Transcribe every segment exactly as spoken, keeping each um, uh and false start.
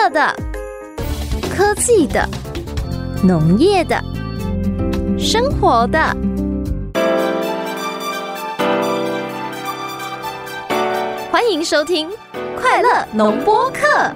乐的、科技的、农业的、生活的。欢迎收听快乐农播课。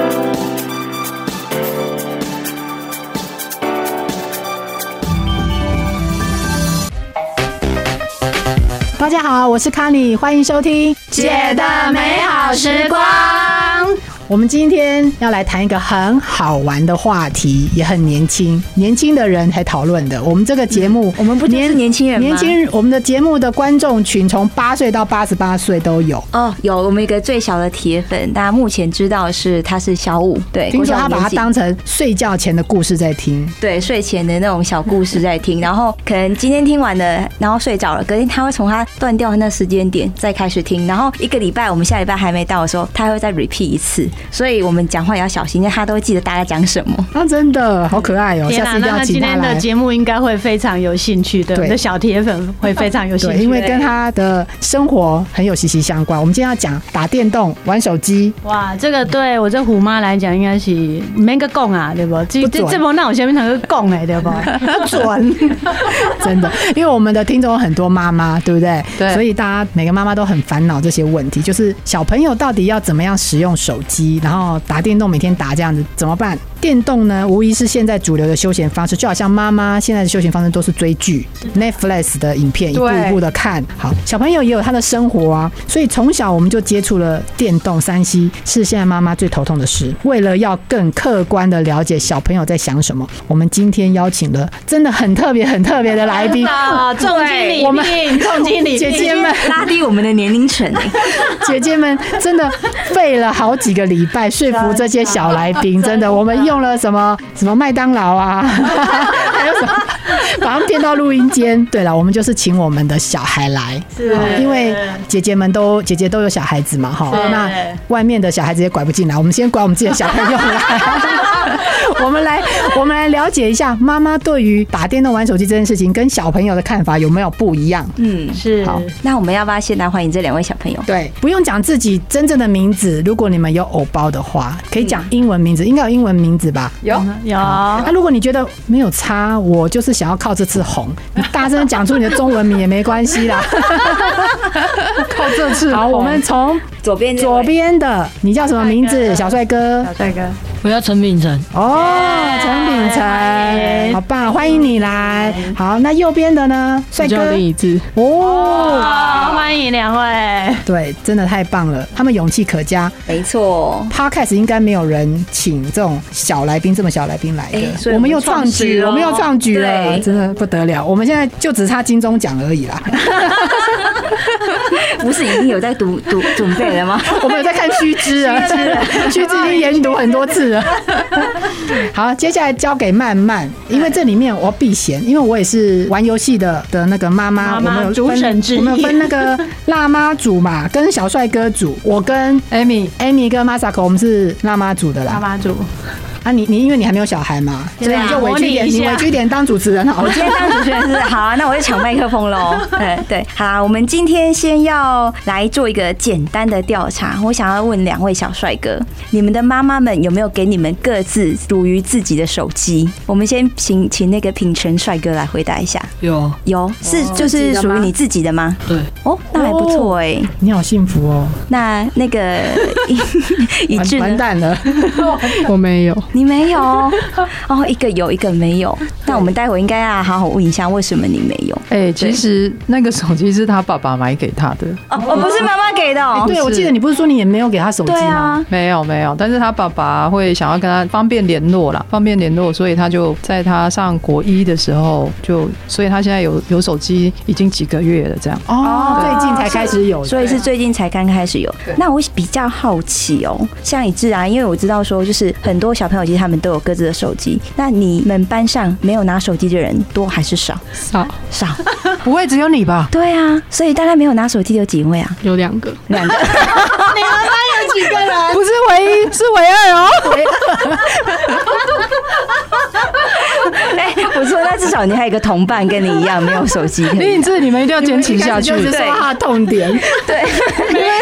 大家好，我是康妮，欢迎收听姐的美好时光。 我们今天要来谈一个很好玩的话题，也很年轻，年轻的人才讨论的。我们这个节目， 嗯、我们不就是年轻人吗？ 年轻人，我们的节目的观众群从八岁到八十八岁都有。 哦，有我们一个最小的铁粉，大家目前知道的是他是小五，对， 听说他把它当成睡觉前的故事在听， 对，睡前的那种小故事在听，然后可能今天听完了，然后睡着了，隔天他会从他断掉的那时间点再开始听，然后一个礼拜，我们下礼拜还没到的时候，他会再 repeat 一次，所以我们讲话也要小心，因为他都会记得大家讲什么。 啊，真的好可爱哦！下次一定要请他来。 那今天的节目应该会非常有兴趣的，我们的小铁粉会非常有兴趣， 对，因为跟他的生活很有息息相关。我们今天要讲打电动、玩手机。 哇，这个对我这虎妈来讲，应该是没个讲啊，对不？这这这波那我前面常个讲哎，对不？ 不准，真的，因为我们的听众有很多妈妈，对不对？ 对， 所以大家每个妈妈都很烦恼这些问题，就是小朋友到底要怎么样使用手机，然后打电动每天打这样子怎么办？电动呢，无疑是现在主流的休闲方式，就好像妈妈现在的休闲方式都是追剧 ，Netflix 的影片一步一步的看。好，小朋友也有他的生活啊，所以从小我们就接触了电动三 C， 是现在妈妈最头痛的事。为了要更客观的了解小朋友在想什么，我们今天邀请了真的很特别、很特别的来宾啊，重金礼聘，重金礼聘， 姐姐们拉低我们的年龄层， 姐姐们真的费了好几个礼拜说服这些小来宾，真的，我们用了什么什么麦当劳啊，还有什么把他们骗到录音间。对了，我们就是请我们的小孩来，因为姐姐们都姐姐都有小孩子嘛，哈，那外面的小孩子也拐不进来，我们先拐我们自己的小朋友来。我们来，我们来了解一下妈妈对于打电动、玩手机这件事情跟小朋友的看法有没有不一样？ 嗯， 是。 好，那我们要不要先来欢迎这两位小朋友？ 对，不用讲自己真正的名字，如果你们有偶包的话，可以讲英文名字，应该有英文名字吧？ 有有。 那如果你觉得没有差，我就是想要靠这次红，你大声讲出你的中文名也没关系啦。 靠这次红。 好，我们从左边左边的，你叫什么名字？小帅哥。 小帅哥。 我叫陈秉承。 哦，陈秉承，好棒，欢迎你来。好，那右边的呢？帅哥。 我叫林以志。 哦， 欢迎两位。 对，真的太棒了，他们勇气可嘉。 没错 ，Podcast 应该没有人请这种小来宾这么小来宾来的。欸、我们又创举，我们又创举了，真的不得了。我们现在就只差金钟奖而已啦。 不是已经有在读读准备了吗？ 我们有在看须知了，须知已经研读很多次了。好，接下来交给曼曼，因为这里面我要避嫌，因为我也是玩游戏的的那个妈妈，我们有主审之一， 我们有分那个辣妈组嘛，跟小帅哥组，我跟 Amy、Amy 跟 Masako， 我们是辣妈组的啦。 辣妈组。 啊你，你因为你还没有小孩嘛，所以你就委屈一点，你委屈一点当主持人好了。 我今天当主持人是好啊，那我就抢麦克风喽。嗯，对，好啦，我们今天先要来做一个简单的调查。我想要问两位小帅哥，你们的妈妈们有没有给你们各自属于自己的手机？我们先请请那个品成帅哥来回答一下。 有有是就是属于你自己的吗？ 对。 哦，那还不错哎、欸。 你好幸福哦。 那那个一致完蛋了， 我没有。 你没有哦，一个有一个没有。那我们待会应该要好好问一下，为什么你没有？ 哎、欸，其实那个手机是他爸爸买给他的哦，我不是妈妈给的哦。 欸、对，我记得你不是说你也没有给他手机吗？ 啊、 没有没有，但是他爸爸会想要跟他方便联络啦，方便联络，所以他就在他上国一的时候就，所以他现在有有手机已经几个月了，这样。 哦，最近才开始有， 所以是最近才刚开始有。那我比较好奇哦，像一致啊，因为我知道说，就是很多小朋友其实他们都有各自的手机。那你们班上没有拿手机的人多还是少？ 少少， 不会只有你吧？ 对啊，所以大概没有拿手机的有几位啊？ 有两个， 两个。 你们班有几个人？ 不是唯一，是唯二哦。 哎、欸，不错，那至少你还有一个同伴跟你一样没有手机。 林以志，你们一定要坚持下去。 就是说他的痛点。 对，没有，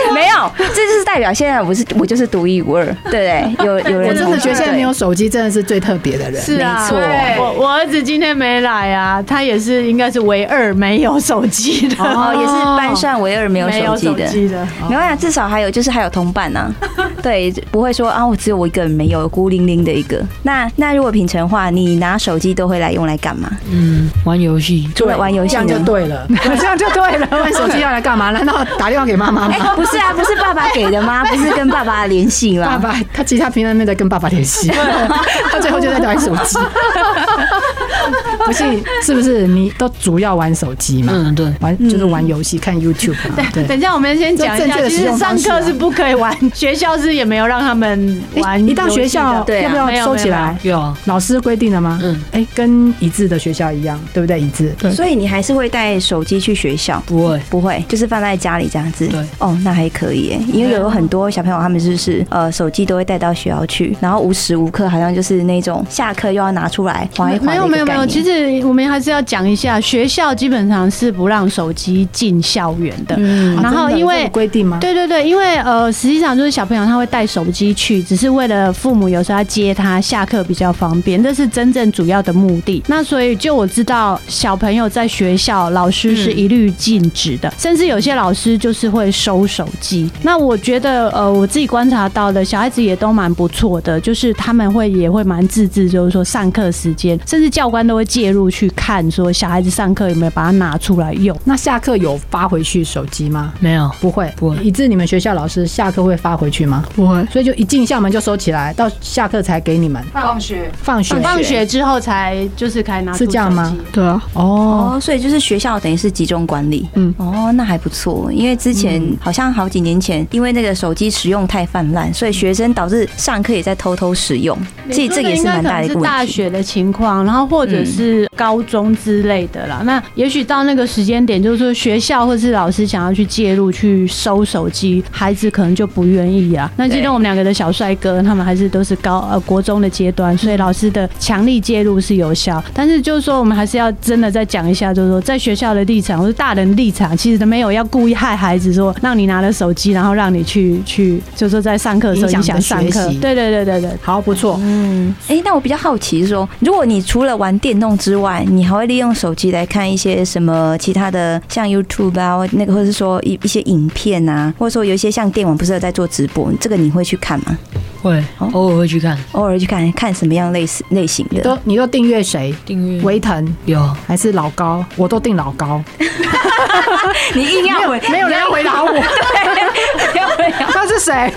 有，这就是代表现在我是我就是独一无二，对不对？有有人我真的觉得现在没有手机真的是最特别的人。 是啊， 没错我我儿子今天没来啊，他也是应该是唯二没有手机的， 哦，也是班上唯二没有手机的。 没有手机的， 没关系，至少还有就是还有同伴啊，对，不会说啊我只有我一个人没有，孤零零的一个。那那如果品成的话，你拿手机都会来用来干嘛？ 嗯，玩游戏。 除了玩游戏， 这样就对了，这样就对了。玩手机要来干嘛？难道打电话给妈妈吗？ 哎、不是啊，不是爸爸给的吗？不是跟爸爸联系吗？ 爸爸他其实他平常没在跟爸爸联系，他最后就在玩手机。不信是不是？你都主要玩手机嘛？ 嗯，对， 玩就是玩游戏、看 YouTube 嘛。对， 等一下我们先讲一下， 正确的其实上使用方式啊课是不可以玩，学校是也没有让他们玩。 一到学校对啊要不要收起来？ 有啊。 老师规定了吗？ 嗯， 哎，跟一致的学校一样，对不对？一致。对。 所以你还是会带手机去学校？ 不会， 不会，就是放在家里这样子。 对。 哦，那还可以耶，因为有很多小朋友他们就是呃手机都会带到学校去，然后无时无刻好像就是那种下课又要拿出来划一划。 没有没有没有，其实我们还是要讲一下，学校基本上是不让手机进校园的。 嗯， 然后因为有这种规定吗？ 对对对，因为呃，实际上就是小朋友他会带手机去，只是为了父母有时候要接他下课比较方便，这是真正主要的目的。那所以就我知道，小朋友在学校老师是一律禁止的，甚至有些老师就是会收手机。那我觉得呃，我自己观察到的小孩子也都蛮不错的，就是他们会也会蛮自制，就是说上课时间，甚至教官都会介入去看，说小孩子上课有没有把它拿出来用。 那下课有发回去手机吗？ 没有， 不会， 不会。 以致你们学校老师下课会发回去吗？ 不会， 所以就一进校门就收起来，到下课才给你们。 放学， 放学， 放学之后才就是可以拿出手机。 是这样吗？ 对啊。 哦， 哦，所以就是学校等于是集中管理。 嗯， 哦，那还不错，因为之前好像好几年前，因为那个手机使用太泛滥，所以学生导致上课也在偷偷使用。这这个也是蛮大的一个问题。 是大学的情况，然后或者是高中之类的啦。那也许到那个时间点，就是说学校或是老师想要去介入去收手机，孩子可能就不愿意啊。那今天我们两个的小帅哥，他们还是都是高呃国中的阶段，所以老师的强力介入是有效。但是就是说，我们还是要真的再讲一下，就是说在学校的立场或是大人的立场，其实都没有要故意害孩子，说让你拿了手机，然后让你去去，就是说在上课的时候影响上课。对对对对对， 好，不错。 嗯，哎、欸，那我比较好奇是说，如果你除了玩电动之外，你还会利用手机来看一些什么其他的，像 YouTube 啊，那个或者是说一一些影片啊，或者说有一些像电网不是有在做直播，这个你会去看吗？ 会，偶尔会去看， 偶尔去看看什么样类似类型的。 你都你都订阅谁？ 订阅维腾有还是老高？我都订老高。 你硬要回， 没有人要回答我。 对，要回答他是谁？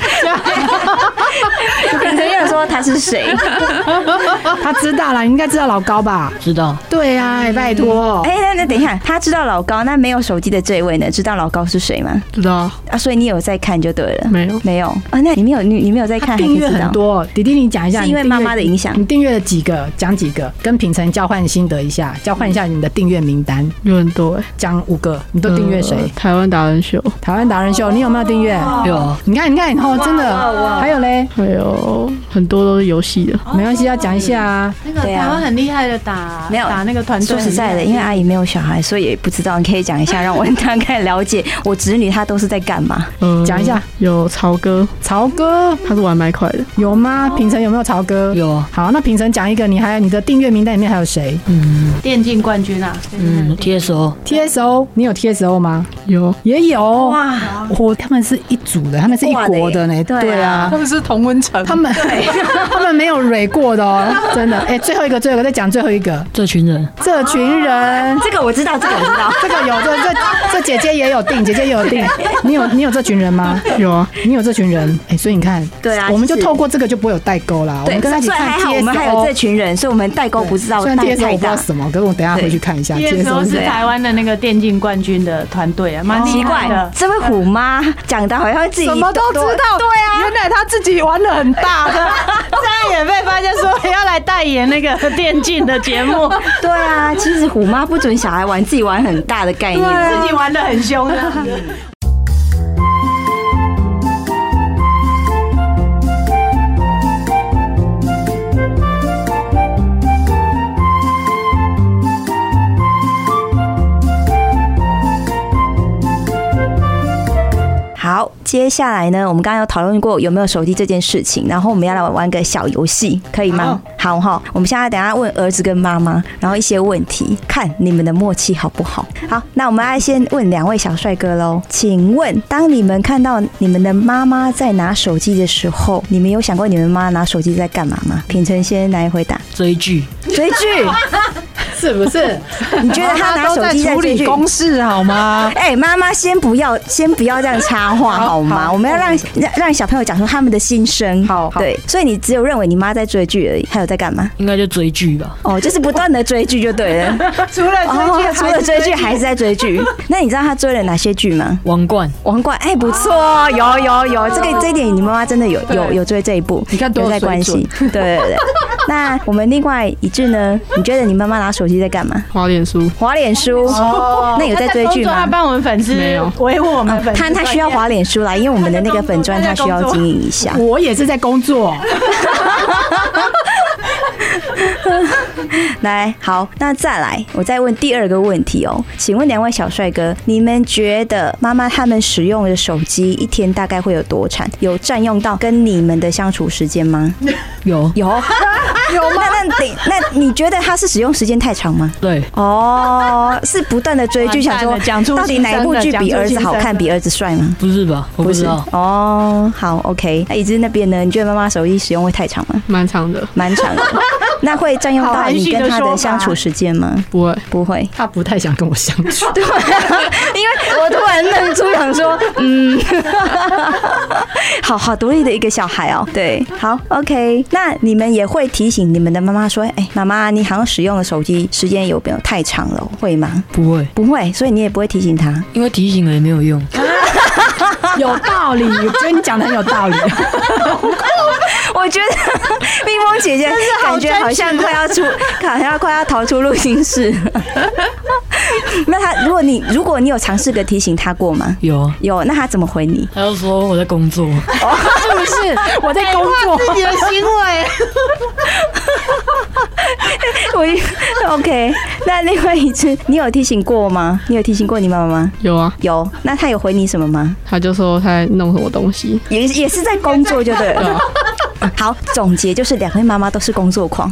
品成要说他是谁？ 他知道了，你应该知道老高吧？ 知道。 对啊，拜托。 哎、欸，那那等一下，他知道老高，那没有手机的这一位呢？知道老高是谁吗？ 知道啊，所以你有在看就对了。 没有， 没有啊？那你没有你你没有在看？ 订阅很多，弟弟你讲一下， 是因为妈妈的影响。 你订阅了几个？讲几个，跟品成交换心得一下，交换一下你的订阅名单。 有很多哎， 讲五个，你都订阅谁？ 台湾达人秀， 台湾达人秀，你有没有订阅？ 有。 你看，你看，哦，真的。还有嘞， 还有很多都是游戏的， 没关系，要讲一下啊。 那个台湾很厉害的打， 没有打那个团队。 说实在的，因为阿姨没有小孩，所以也不知道。你可以讲一下，让我大概了解我侄女她都是在干嘛。 嗯， 讲一下。 有曹哥， 曹哥他是玩麦块的， 有吗？品成有没有曹哥？ 有啊。 好，那品成讲一个，你还有你的订阅名单里面还有谁？ 嗯， 电竞冠军啊， 嗯 ，T S O，T S O， 你有 T S O 吗？ 有， 也有。 哇， 我他们是一组的，他们是一国的呢。对啊， 他们是同温层， 他们他们没有蕊过的哦，真的。哎，最后一个，最后一个再讲最后一个， 这群人， 这群人， 这个我知道，这个我知道， 这个有，这这这姐姐也有订，姐姐也有订。你有你有这群人吗？ 有啊， 你有这群人。哎，所以你看， 对啊， 我们就透过这个就不会有代沟啦。我们跟他一起看 T S O， 我们还有这群人，所以我们代沟不知道。 虽然 T S O 我不知道什么，可是我等一下回去看一下。 T S O 是台湾的那个电竞冠军的团队啊，蛮奇怪的。这位虎妈讲的好像自己什么都知道， 对啊， 原来他自己玩的很大的， 现在也被发现说要来代言那个电竞的节目。 对啊，其实虎妈不准小孩玩，自己玩很大的概念， 自己玩的很凶的。 好， 接下来呢，我们刚刚有讨论过有没有手机这件事情，然后我们要来玩个小游戏，可以吗？好哈，我们现在等一下问儿子跟妈妈，然后一些问题，看你们的默契好不好？好，那我们来先问两位小帅哥喽。请问，当你们看到你们的妈妈在拿手机的时候，你们有想过你们妈拿手机在干嘛吗？品成先来回答。 追剧。 追剧。 是不是？ 你觉得他拿手机在追剧？ 公事好吗？ 哎、欸，妈妈先不要，先不要这样插话好吗？好，我们要让让让小朋友讲出他们的心声。 好， 对，所以你只有认为你妈在追剧而已，还有在干嘛？ 应该就追剧吧。 哦，就是不断的追剧就对了。 除了追剧、哦， 除了追剧还是在追剧。那你知道他追了哪些剧吗？ 王冠， 王冠，哎、欸，不错，有有有，这个这一点你妈妈真的有有有追这一部， 你看多有在关系。对对对。那我们另外一致呢？你觉得你妈妈拿手机在干嘛？ 滑脸书， 滑脸书。哦，那有在追剧吗？ 他帮我们粉丝没有维护我们粉丝、 哦，他他需要滑脸书啦，因为我们的那个粉专他需要经营一下。 我也是在工作。 来，好，那再来，我再问第二个问题哦。请问两位小帅哥，你们觉得妈妈他们使用的手机一天大概会有多长？有占用到跟你们的相处时间吗？ 有有有吗？那那那你觉得他是使用时间太长吗？ 对。 哦，是不断的追剧，想说到底哪一部剧比儿子好看，比儿子帅吗？ 不是吧？我不知道。 哦，好 ，OK。那一直那边呢？你觉得妈妈手机使用会太长吗？ 蛮长的， 蛮长的。那会占用到你跟他的相处时间吗？ 不会， 不会。 他不太想跟我相处。 对，因为我突然愣住，想说，嗯，好好独立的一个小孩哦。对，好 ，OK。那你们也会提醒你们的妈妈说，哎、欸，妈妈，你好像使用的手机时间有没有太长了？会吗？ 不会， 不会。所以你也不会提醒他， 因为提醒了也没有用。 有道理，我觉得你讲的很有道理。 我觉得蜜蜂姐姐感觉好像快要出，好像快要逃出录音室。那他，如果你如果你有尝试的提醒他过吗？ 有有，那他怎么回你？ 他就说我在工作。 哦，是不是？我在工作， 自己的行为。 我 OK。那另外一次，你有提醒过吗？你有提醒过你妈妈吗？ 有啊， 有。那他有回你什么吗？ 他就说他在弄什么东西， 也也是在工作，就对了。好，总结就是两位妈妈都是工作狂。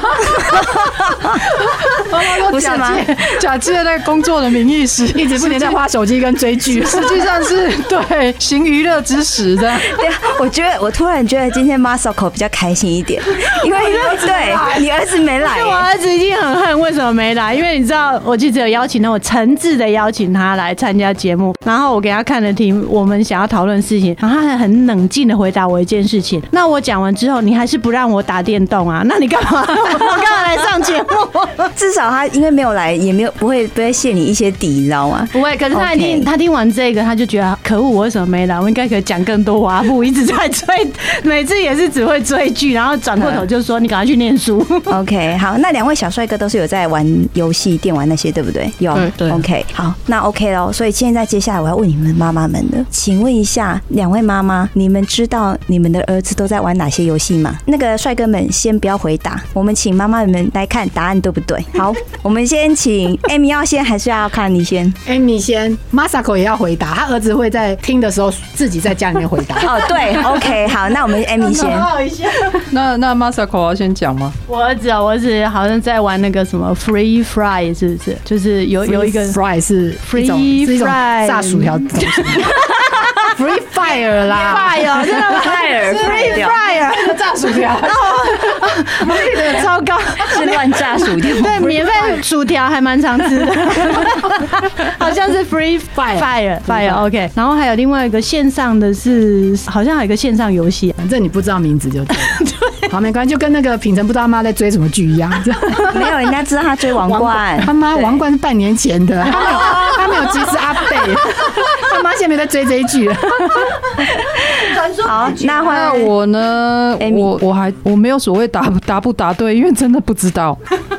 不是吗？ 假借那工作的名义时， 一直不停在花手机跟追剧， 实际上是对行娱乐之实的。 对，我觉得我突然觉得今天 Masako 比较开心一点，因为对你儿子没来、欸， 我儿子已经很恨为什么没来，因为你知道我记者有邀请他，我诚挚的邀请他来参加节目，然后我给他看了题目，我们想要讨论事情，然后他很冷静的回答我一件事情。那我讲完之后，你还是不让我打电动啊？那你干嘛？我干嘛来上节目？ 至少他因为没有来，也没有不会不会陷你一些底，你知道吗？ 不会。可是他听、okay. 他听完这个，他就觉得可恶，我为什么没来？我应该可以讲更多。我阿布一直在追，每次也是只会追剧，然后转过头就说你赶快去念书。 OK， 好，那两位小帅哥都是有在玩游戏、电玩那些，对不对？有， 对。 OK， 好，那 OK 咯。所以现在接下来我要问你们妈妈们的，请问一下，两位妈妈，你们知道你们的儿子都在玩哪些游戏吗？那个帅哥们先不要回答，我们请妈妈们来看答案对不对？好，我们先请 Amy 要先还是要看你先 ？Amy 先 ，Masako 也要回答，他儿子会在听的时候自己在家里面回答。 哦，对 ，OK， 好，那我们 Amy 先。 那那 Masako 要先讲吗？ 我儿子啊，我儿子好像在玩那个什么 Free Fry， 是不是？就是有有一个 Fry 是 Free Fry 炸薯条。Free Fire 啦 ，Fire 真的吗 ？Fire，Free Fire 炸薯条， 糟糕， 是乱炸薯条。 对，免费薯条还蛮常吃的，好像是 Free Fire，Fire，OK。然后还有另外一个线上的是，好像还有一个线上游戏， 反正你不知道名字就对了。好，没关系，就跟那个品成不知道他妈在追什么剧一样。 没有，人家知道他追王冠， 他妈王冠是半年前的，他没有他没有及时 update， 他妈现在没在追这一剧了。 好，那换我呢？我我还我没有所谓答答不答对，因为真的不知道。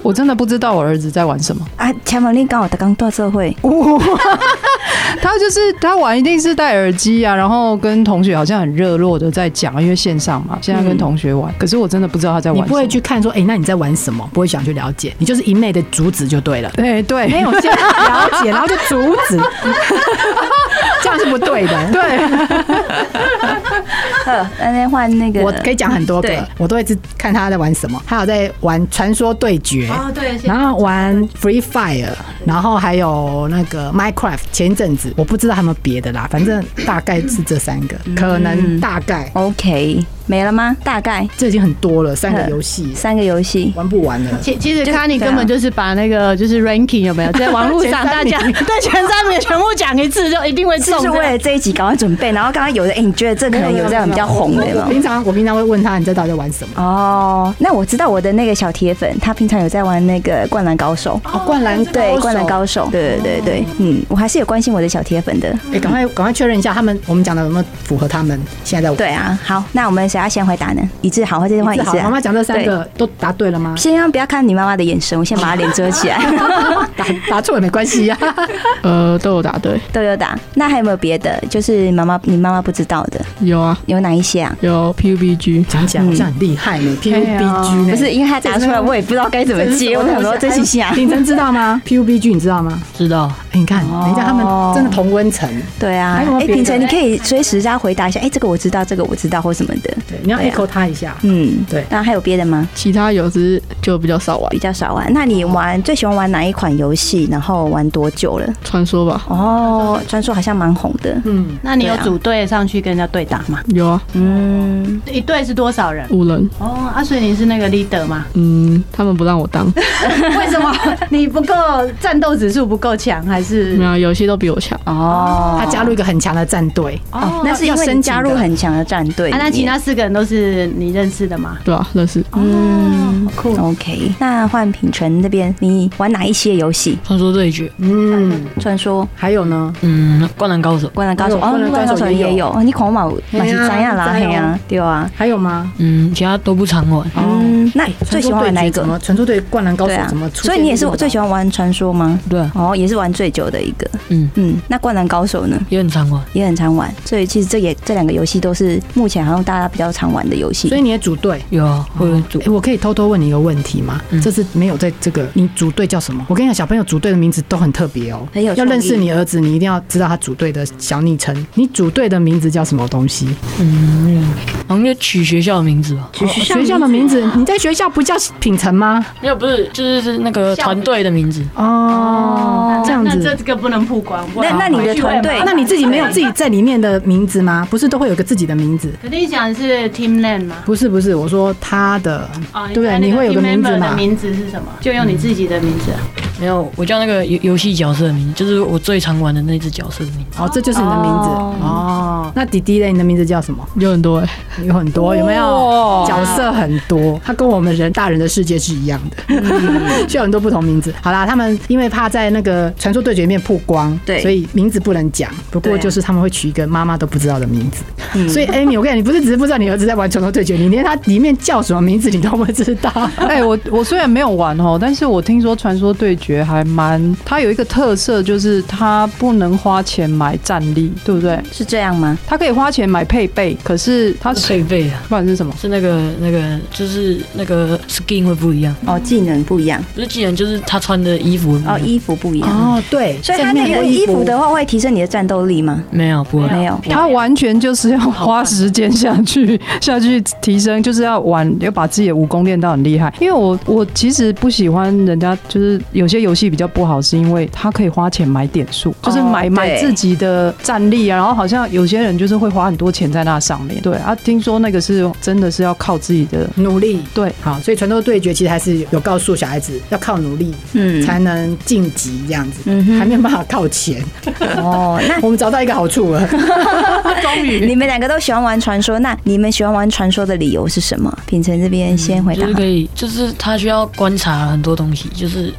我真的不知道我儿子在玩什么啊。前面你刚好刚到社会， 他就是他玩一定是戴耳机啊，然后跟同学好像很热络的在讲，因为线上嘛，现在跟同学玩。嗯、可是我真的不知道他在玩什么。 你不会去看说，哎、欸，那你在玩什么？不会想去了解，你就是一昧的阻止就对了。 对对， 没有先了解，然后就阻止，这样是不对的。 对。 呃，那天换那个， 我可以讲很多个，我都一直看他在玩什么。还有在玩传说对决， 哦对， 然后玩 Free Fire， 然后还有那个 Minecraft。前一阵子我不知道他们别的啦，反正大概是这三个，嗯、可能大概 OK。没了吗？大概这已经很多了，三个游戏， 三个游戏玩不完了。 其其实卡尼根本就是把那个就是 ranking 有没有在网络上大家对前三名全部讲一次，就一定会中。 就是为了这一集赶快准备，然后刚刚有的，哎、欸，你觉得这可能有这样比较红的吗？ 平常我平常会问他，你这到底在玩什么？ 哦，那我知道我的那个小铁粉，他平常有在玩那个灌篮高手。 哦，灌篮对灌篮高手，对对对对，嗯，我还是有关心我的小铁粉的。 哎、欸，赶快赶快确认一下，他们我们讲的有没有符合他们现在在玩？ 对啊，好，那我们谁要先回答呢？一致好，或者是换一致、啊。 妈妈讲这三个都答对了吗？ 先不要看你妈妈的眼神，我先把她脸遮起来。 答答错也没关系呀、啊。 呃，都有答对， 都有答。那还有没有别的？就是妈妈你妈妈不知道的？ 有啊， 有哪一些啊？ 有 P U B G， 讲起来好像很厉害呢、欸。P U B G 不是，因为他答出来，我也不知道该怎么接。我想说这是啥？ 品成知道吗 ？P U B G 你知道吗？ 知道。 欸、你看，人家他们真的同温层。 对啊。哎，品成你可以随时加回答一下。哎、欸，这个我知道，这个我知道，或什么的。 对，你要 echo 他一下。 嗯。 对， 那还有别的吗？ 其他有只就比较少玩， 比较少玩。那你玩最喜欢玩哪一款游戏？然后玩多久了？ 传说吧。 哦，传说好像蛮红的。 嗯，那你有组队上去跟人家对打吗？ 有啊。 嗯，一队是多少人？ 五人。 哦，啊，所以你是那个 leader 吗？ 嗯，他们不让我当。 为什么？你不够战斗指数不够强，还是？ 没有，游戏都比我强。 哦，他加入一个很强的战队。 哦，那是因为你加入很强的战队。 啊，那其他四个人都是你认识的吗？ 对啊，认识。 嗯， 酷。 OK， 那换品成那边，你玩哪一些游戏？ 传说对决。 嗯，传说。 还有呢？ 嗯，灌篮高手。 灌篮高手，哦，灌篮高手也有。你恐马马是怎样啦？嘿啊，对啊。 还有吗？ 嗯，其他都不常玩。 嗯，那最喜欢玩哪一个？ 什么传说对灌篮高手怎么出？ 所以你也是最喜欢玩传说吗？ 对。 哦，也是玩最久的一个。嗯嗯，那灌篮高手呢？ 也很常玩， 也很常玩。所以其实这也这两个游戏都是目前好像大家比较常玩的游戏。 所以你也组队？ 有啊，会组。 哎，我可以偷偷问你一个问题吗？嗯、这是没有在这个，你组队叫什么？我跟你讲，小朋友组队的名字都很特别哦， 很有。 要认识你儿子，你一定要知道他组队的小昵称。你组队的名字叫什么东西？ 嗯，好像就取学校的名字吧。 取学校的名字？你在学校不叫品成吗？ 没有，不是，就是那个团队的名字。 哦，这样子。 那这个不能曝光。 那那你的团队， 那你自己没有自己在里面的名字吗？不是都会有个自己的名字？ 肯定讲的是 team name 吗？ 不是不是，我说他的， 哦、 对不对？你会有个名字吗？ 名字是什么？就用你自己的名字、啊。 没有，我叫那个游游戏角色的名字，就是我最常玩的那只角色的名字。 哦，这就是你的名字哦。哦那弟弟嘞，你的名字叫什么？ 有很多哎、 欸，有很多，有没有？角色很多，他跟我们人大人的世界是一样的，嗯、需要很多不同名字。好啦，他们因为怕在那个传说对决里面曝光，对，所以名字不能讲。不过就是他们会取一个妈妈都不知道的名字。嗯、所以 Amy， 我跟你讲，你不是只是不知道你儿子在玩传说对决，你连他里面叫什么名字你都不知道。 哎、欸，我我虽然没有玩哦，但是我听说传说对决还蛮，它有一个特色就是它不能花钱买战力，对不对？ 是这样吗？ 它可以花钱买配备，可是它是配备啊， 不然是什么？ 是那个那个就是那个 skin 会不一样哦，技能不一样， 不是技能，就是他穿的衣服哦，衣服不一样哦，对， 所以他那个衣服的话会提升你的战斗力吗？ 没有，不会， 没有， 他完全就是要花时间下去下去提升，就是要玩，要把自己的武功练到很厉害。因为我我其实不喜欢人家，就是有些游戏比较不好，是因为他可以花钱买点数，就是买、哦、买自己的战力啊，然后好像有些人就是会花很多钱在那上面。对啊，听说那个是真的是要靠自己的努力。 对， 好，所以传说对决其实还是有告诉小孩子要靠努力，嗯，才能晋级这样子，嗯，还没有办法靠钱。哦，那我们找到一个好处了， 终于。你们两个都喜欢玩传说，那你们喜欢玩传说的理由是什么？品成这边先回答。 嗯、就是可以，就是他需要观察很多东西，就是场上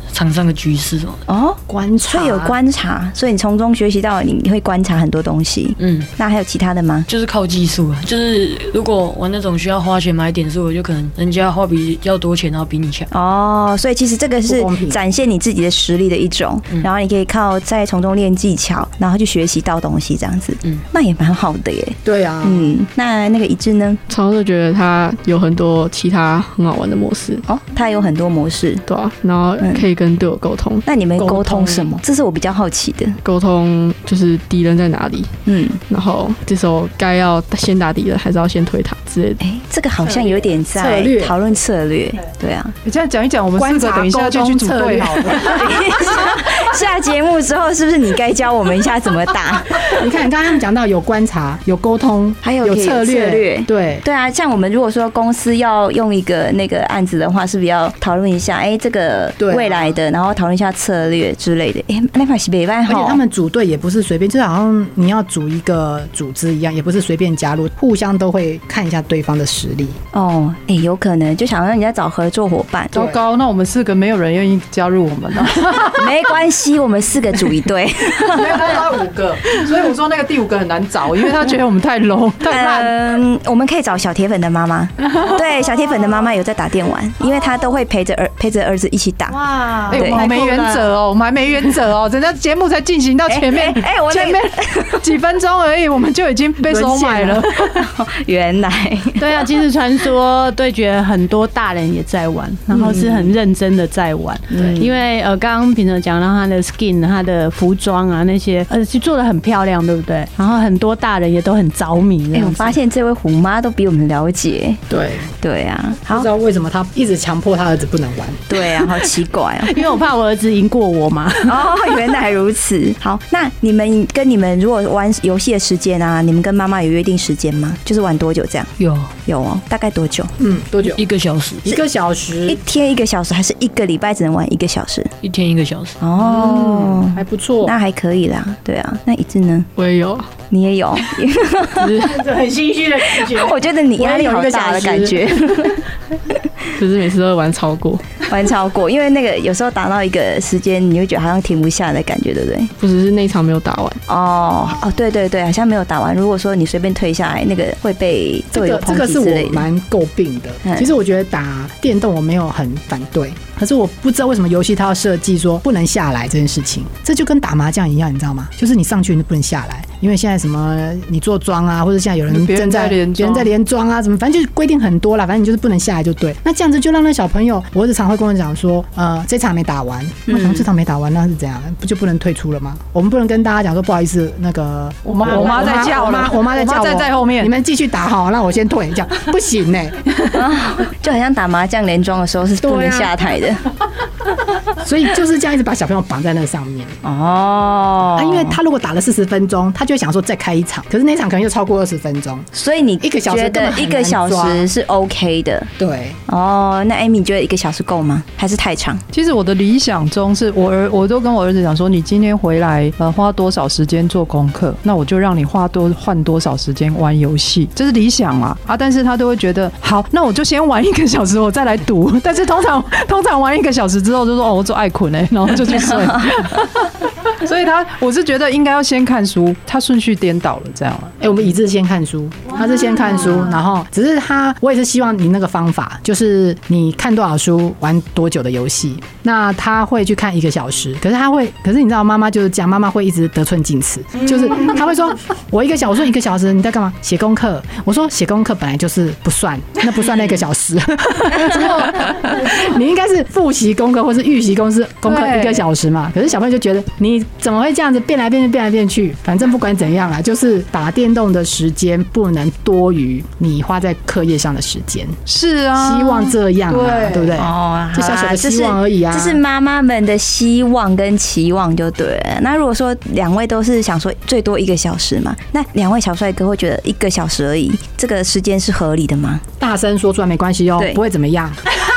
的局势什么的。 哦， 观察， 所以有观察，所以你从中学习到你会观察很多东西。 嗯， 那还有其他的吗？ 就是靠技术啊，就是如果玩那种需要花钱买点数，我就可能人家花比较多钱，然后比你强。 哦，所以其实这个是不公平展现你自己的实力的一种， 嗯然后你可以靠再从中练技巧，然后去学习到东西，这样子， 嗯， 那也蛮好的耶。 对啊， 嗯，那那个一致呢？ 常常觉得它有很多其他很好玩的模式， 哦，它有很多模式， 对啊，然后可以跟队友沟通。 那你们沟沟通通什么？这是我比较好奇的。 沟通就是敌人在哪里， 嗯， 然后这时候该要先打敌人，还是要先推他之类的。 哎，这个好像有点策在略讨论策略，对啊。 你这样讲一讲，我们四个等一下就去组队好了。 下节目之后，是不是你该教我们一下怎么打？ 你看刚刚讲到有观察、有沟通， 还有可以有有策略， 策略对。 对啊，像我们如果说公司要用一个那个案子的话，是不是要讨论一下？哎，这个对啊未来的，然后讨论一下策略之类的。哎，那块是北外而且他们组队也不是随便，就是好像你要组一个组织一样，也不是随便加入，互相都会看一下对方的实力。 哦，哎，有可能就想让人家找合作伙伴。 糟糕，那我们四个没有人愿意加入我们了。 没关系，我们四个组一队。 没有，他五个，所以我说那个第五个很难找，因为他觉得我们太 low 太烂。 嗯，我们可以找小铁粉的妈妈。对，小铁粉的妈妈有在打电玩，因为她都会陪着儿陪着儿子一起打。 哇哎、我们好没原则哦，我们还没原则哦，人家节目才进行到前面， 哎、欸欸，我前面几分钟而已，我们就已经被收买了。 原来， 对啊，其实传说对决很多大人也在玩，然后是很认真的在玩。 嗯因为呃，刚刚平常讲到他的 skin、他的服装啊那些，呃，是做的很漂亮，对不对？然后很多大人也都很着迷。 哎、欸，我发现这位虎妈都比我们了解。 对对啊， 不知道为什么他一直强迫他儿子不能玩。 对啊，好奇怪哦。 因为我怕我儿子赢过我嘛。 哦，原来如此。好，那你们跟你们如果玩游戏的时间啊，你们跟妈妈有约定时间吗？就是玩多久这样？ 有有哦，大概多久？ 嗯，多久？ 一个小时， 一个小时， 一天一个小时，还是一个礼拜只能玩一个小时？ 一天一个小时。 哦， 嗯、还不错， 那还可以啦。对啊，那一致呢？ 我也有， 你也有， 很心虚的感觉。 我觉得你压力好大的感觉。 就是每次都会玩超过， 玩超过，因为那个有时候打到一个时间，你会觉得好像停不下的感觉，对不对？ 不只是那一场没有打完。 哦哦，对对对，好像没有打完。如果说你随便退下来，那个会被队友这个抨击之类的。 这个是我蛮诟病的。 嗯、 其实我觉得打电动我没有很反对，可是我不知道为什么游戏它要设计说不能下来这件事情，这就跟打麻将一样，你知道吗？就是你上去你就不能下来，因为现在什么你做庄啊，或者现在有人正在别人在连庄啊，什么反正就是规定很多啦，反正你就是不能下来就对。那这样子就让那小朋友，我日常会跟我讲说，呃，这场没打完，我想这场没打完，那是怎样？不就不能退出了吗？我们不能跟大家讲说不好意思，那个我妈我妈在叫了， 我妈在叫我， 在在后面， 你们继续打好，那我先退，这样不行呢、欸啊，就好像打麻将连庄的时候是不能下台的。 所以就是这样一直把小朋友绑在那上面哦、 啊，因为他如果打了四十分钟，他就会想说再开一场，可是那场可能又超过二十分钟， 所以你一个小时觉得一个小时是 OK 的？ 对， 哦，那 Amy 觉得一个小时够吗？还是太长？ 其实我的理想中是我儿，我都跟我儿子讲说，你今天回来呃花多少时间做功课，那我就让你花多换多少时间玩游戏，这是理想啊啊！但是他都会觉得好，那我就先玩一个小时，我再来读。但是通常通常玩一个小时之后就说哦，我做爱困哎，然后就去睡。所以他我是觉得应该要先看书，他顺序颠倒了这样啊。 哎、欸，我们一致先看书，他是先看书，然后只是他，我也是希望你那个方法，就是你看多少书，玩多久的游戏，那他会去看一个小时，可是他会，可是你知道妈妈就是这样，妈妈会一直得寸进尺，就是他会说，我一个小时，我说一个小时你在干嘛？写功课。我说写功课本来就是不算，那不算那个小时。之后你应该是复习功课或是预习功课功课一个小时嘛，可是小朋友就觉得你怎么会这样子变来变去变来变去？反正不管怎样啦，就是打电动的时间不能多于你花在课业上的时间。 是啊， 希望这样啊，对, 对不对？ 哦， 这小小的希望而已啊。 这是妈妈们的希望跟期望就对了。那如果说两位都是想说最多一个小时嘛，那两位小帅哥会觉得一个小时而已，这个时间是合理的吗？ 大声说出来没关系哦，不会怎么样。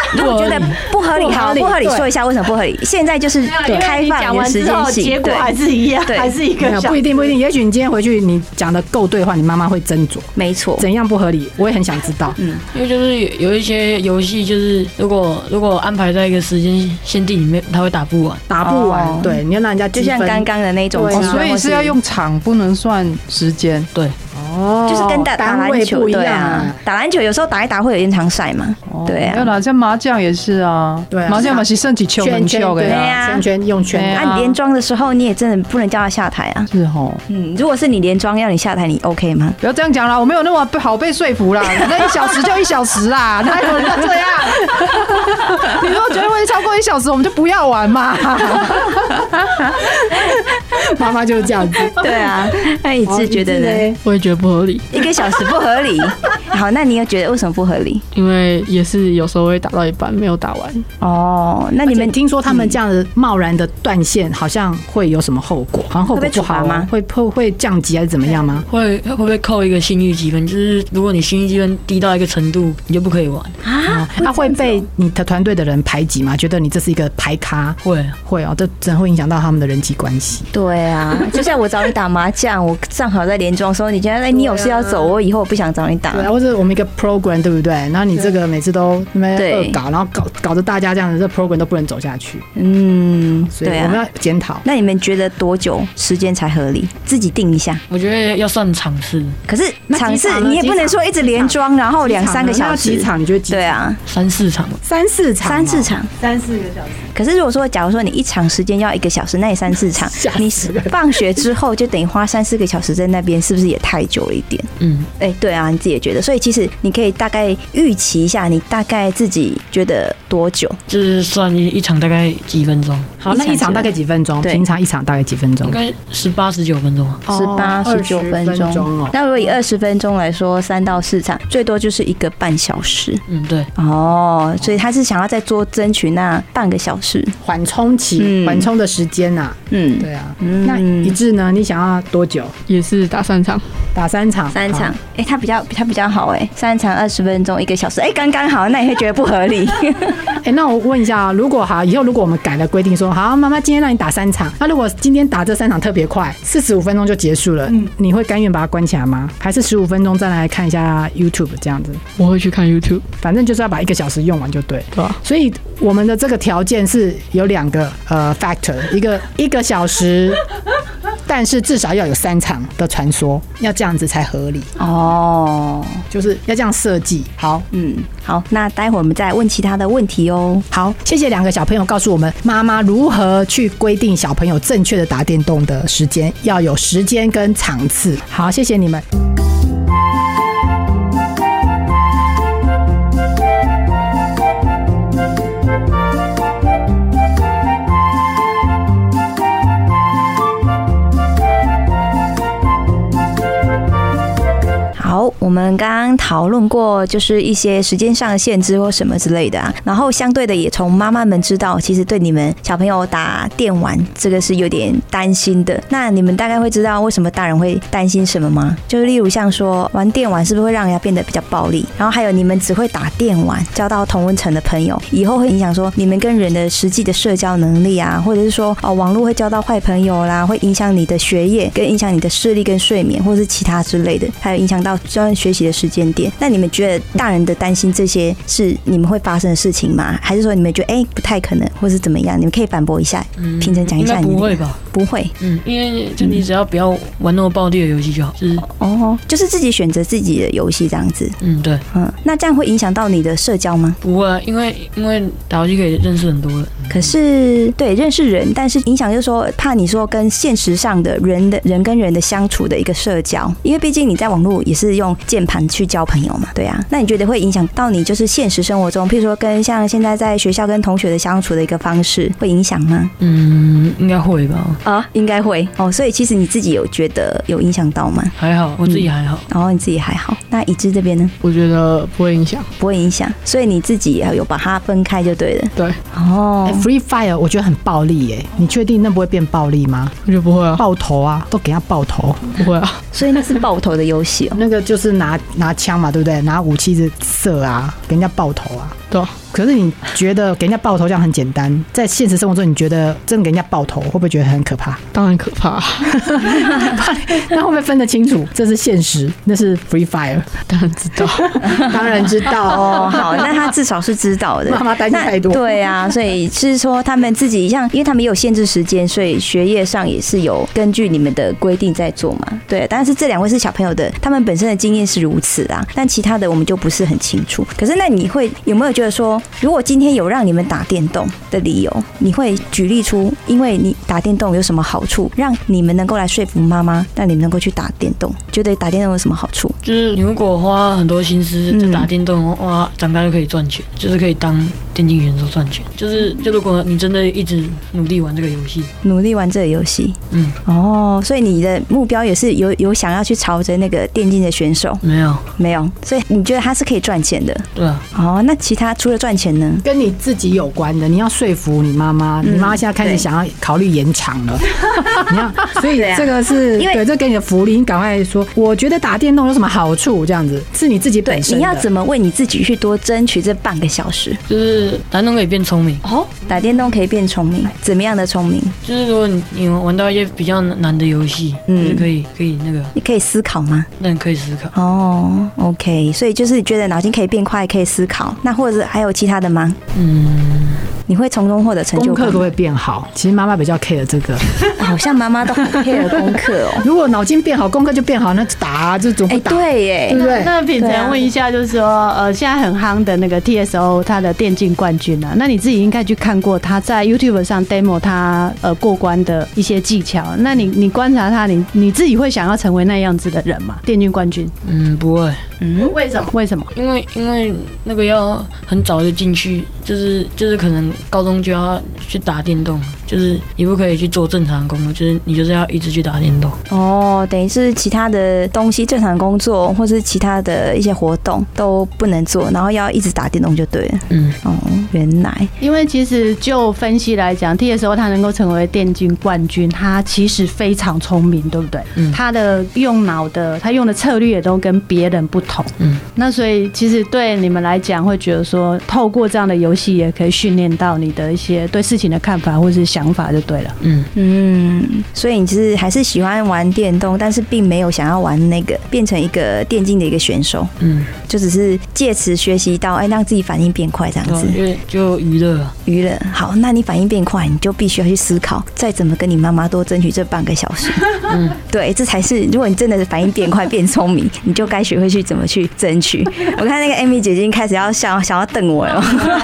如果觉得不合理，好，不合理，说一下为什么不合理。现在就是开放的时间性， 结果还是一样，还是一个小时。 不一定，不一定。也许你今天回去，你讲的够对的话，你妈妈会斟酌。 没错， 怎样不合理，我也很想知道。 嗯， 因为就是有一些游戏，就是如果如果安排在一个时间限定里面，他会打不完， 打不完。 哦、 对，你要让人家就像刚刚的那种、 哦，所以是要用场，不能算时间。 对。 哦， 就是跟打打篮球一样啊，打篮球有时候打一打会有延长赛嘛，哦、对啊。 没有啦，像麻将也是啊， 对啊， 麻将嘛是剩几球能球的呀，圈圈用圈。 啊，你连庄的时候你也真的不能叫他下台啊。 是哦， 嗯，如果是你连庄要你下台，你 OK 吗？ 不要这样讲啦，我没有那么好被说服啦，那一小时就一小时啦，哪有人要这样？你如果觉得会超过一小时，我们就不要玩嘛。 妈妈就是这样子。 对啊，那一致觉得呢？ 我也觉得不合理， 一个小时不合理。好，那你又觉得为什么不合理？ 因为也是有时候会打到一半没有打完。 哦，那你们听说他们这样的贸然的断线，好像会有什么后果？好像后果不好吗？会会会降级还是怎么样吗？ 会会不会扣一个信誉积分？就是如果你信誉积分低到一个程度，你就不可以玩啊？ 那会被你的团队的人排挤吗？觉得你这是一个牌咖？ 会会哦，这真的会影响到他们的人际关系。 对啊，就像我找你打麻将，我正好在连庄的时候，你觉得哎，你有事要走，我以后我不想找你打。 对，或者我们一个 program 对不对？然后你这个每次都那边恶搞，然后搞搞得大家这样子，这 program 都不能走下去。 嗯， 所以我们要检讨。 那你们觉得多久时间才合理？自己定一下。 我觉得要算场次。 可是场次你也不能说一直连庄，然后两三个小时。 几场？你觉得几场？ 对啊， 三四场。 三四场。 三四场。 三四个小时。 可是如果说，假如说你一场时间要一个小时，那你三四场，你放学之后就等于花三四个小时在那边，是不是也太久了一点？ 嗯， 哎、欸，对啊，你自己也觉得。所以其实你可以大概预期一下，你大概自己觉得多久？ 就是算一一场大概几分钟。 好，那一场大概几分钟？平常一场大概几分钟？ 应该十八十九分钟。 十八十九分钟。那如果以二十分钟来说，三到四场，最多就是一个半小时。 嗯，对。 哦，所以他是想要再多争取那半个小时缓冲期、缓冲的时间呐。嗯，对啊。嗯，那一致呢？你想要多久？ 也是打三场， 打三场， 三场。哎、欸，他比较他比较好哎、欸，三场二十分钟，一个小时，哎、欸，刚刚好。那你会觉得不合理？ 哎、欸，那我问一下啊，如果好以后如果我们改了规定说，好，妈妈今天让你打三场，那如果今天打这三场特别快，四十五分钟就结束了，嗯，你会甘愿把它关起来吗？还是十五分钟再来看一下 YouTube 这样子？ 我会去看 YouTube， 反正就是要把一个小时用完就对， 对吧？ 所以我们的这个条件是有两个呃 factor， 一个一个小时。但是至少要有三场的传说，要这样子才合理哦，就是要这样设计。好， 嗯，好，那待会儿我们再问其他的问题哦。 好，谢谢两个小朋友告诉我们妈妈如何去规定小朋友正确的打电动的时间，要有时间跟场次。好，谢谢你们。 好，我们刚刚讨论过，就是一些时间上的限制或什么之类的啊。然后相对的，也从妈妈们知道，其实对你们小朋友打电玩这个是有点担心的。那你们大概会知道为什么大人会担心什么吗？就是例如像说玩电玩是不是会让人家变得比较暴力？然后还有你们只会打电玩，交到同温层的朋友，以后会影响说你们跟人的实际的社交能力啊，或者是说哦网络会交到坏朋友啦，会影响你的学业，跟影响你的视力跟睡眠，或者是其他之类的，还有影响到专门学习的时间点。那你们觉得大人的担心这些是你们会发生的事情吗？还是说你们觉得哎、欸、不太可能，或是怎么样？你们可以反驳一下，平常讲一下你们。 应该不会吧？ 不会， 嗯，因为就你只要不要玩那么暴力的游戏就好。就是哦，就是自己选择自己的游戏这样子。 嗯，对， 嗯，那这样会影响到你的社交吗？ 不会啊，因为因为打游戏可以认识很多人。 可是对认识人，但是影响就是说怕你说跟现实上的人的人跟人的相处的一个社交，因为毕竟你在网络也是用键盘去交朋友嘛，对啊。那你觉得会影响到你就是现实生活中，譬如说跟像现在在学校跟同学的相处的一个方式，会影响吗？ 嗯，应该会吧。 啊，应该会哦。所以其实你自己有觉得有影响到吗？ 还好，我自己还好。 然后、嗯哦、你自己还好。那已知这边呢？ 我觉得不会影响， 不会影响。所以你自己有把它分开就对了。 对。 哦、 欸、，Free Fire 我觉得很暴力耶，你确定那不会变暴力吗？ 我觉得不会啊， 爆头啊，都给他爆头， 不会啊。 所以那是爆头的游戏哦。 那个就是拿拿枪嘛，对不对？拿武器子射啊，给人家爆头啊。 对啊， 可是你觉得给人家爆头这样很简单，在现实生活中你觉得真的给人家爆头会不会觉得很可怕？ 当然可怕。 那会不会分得清楚这是现实，那是 Free Fire？ 当然知道。 当然知道哦。好，那他至少是知道的。 妈妈担心太多。 对啊，所以是说他们自己像，因为他们也有限制时间，所以学业上也是有根据你们的规定在做嘛。对，但是这两位是小朋友的，他们本身的经验是如此啊，但其他的我们就不是很清楚。可是那你会有没有觉得说，如果今天有让你们打电动的理由，你会举例出，因为你打电动有什么好处，让你们能够来说服妈妈，让你们能够去打电动？觉得打电动有什么好处？ 就是你如果花很多心思在打电动的话，长大就可以赚钱，就是可以当电竞选手赚钱。就是就如果你真的一直努力玩这个游戏， 努力玩这个游戏， 嗯， 哦，所以你的目标也是有有想要去朝着那个电竞的选手？ 没有， 没有，所以你觉得他是可以赚钱的？ 对啊。 哦，那其他除了赚钱呢？ 跟你自己有关的，你要说服你妈妈，你妈妈现在开始想要考虑延长了，你要，所以这个是对，这给你的福利，你赶快说，我觉得打电动有什么好处？这样子是你自己本身的， 你要怎么为你自己去多争取这半个小时？ 就是打电动可以变聪明哦，打电动可以变聪明，怎么样的聪明？ 就是如果你你玩到一些比较难的游戏，嗯，就是可以可以那个， 你可以思考吗？ 那你可以思考。 哦 ，OK， 所以就是你觉得脑筋可以变快，可以思考，那或者还有其他的吗？嗯。你会从中获得成就感， 功课都会变好。其实妈妈比较 care 这个， 好像妈妈都很 care 功课哦。 如果脑筋变好，功课就变好，那打就总会打， 对耶， 对不对？ 那品成问一下，就是说，呃，现在很夯的那个 T S O 他的电竞冠军啊，那你自己应该去看过他在 YouTube 上 demo 他呃过关的一些技巧。那你你观察他，你你自己会想要成为那样子的人吗？电竞冠军？ 嗯，不会。 嗯，为什么？为什么？ 因为因为那个要很早就进去，就是就是可能高中就要去打电动，就是你不可以去做正常的工作，就是你就是要一直去打电动。 哦，等于是其他的东西，正常工作或是其他的一些活动都不能做，然后要一直打电动就对了。嗯，哦，原来。 因为其实就分析来讲 ，T S O 他能够成为电竞冠军，他其实非常聪明，对不对？嗯，他的用脑的，他用的策略也都跟别人不同。嗯，那所以其实对你们来讲，会觉得说，透过这样的游戏，也可以训练到你的一些对事情的看法或是想法，就对了。嗯嗯，所以你其实还是喜欢玩电动，但是并没有想要玩那个变成一个电竞的一个选手。嗯，就只是借此学习到，哎，让自己反应变快这样子。 因为就娱乐， 娱乐。好，那你反应变快，你就必须要去思考，再怎么跟你妈妈多争取这半个小时。嗯，对，这才是，如果你真的是反应变快、变聪明，你就该学会去怎么去争取。我看那个 Amy 姐姐已经开始要想想要瞪我了。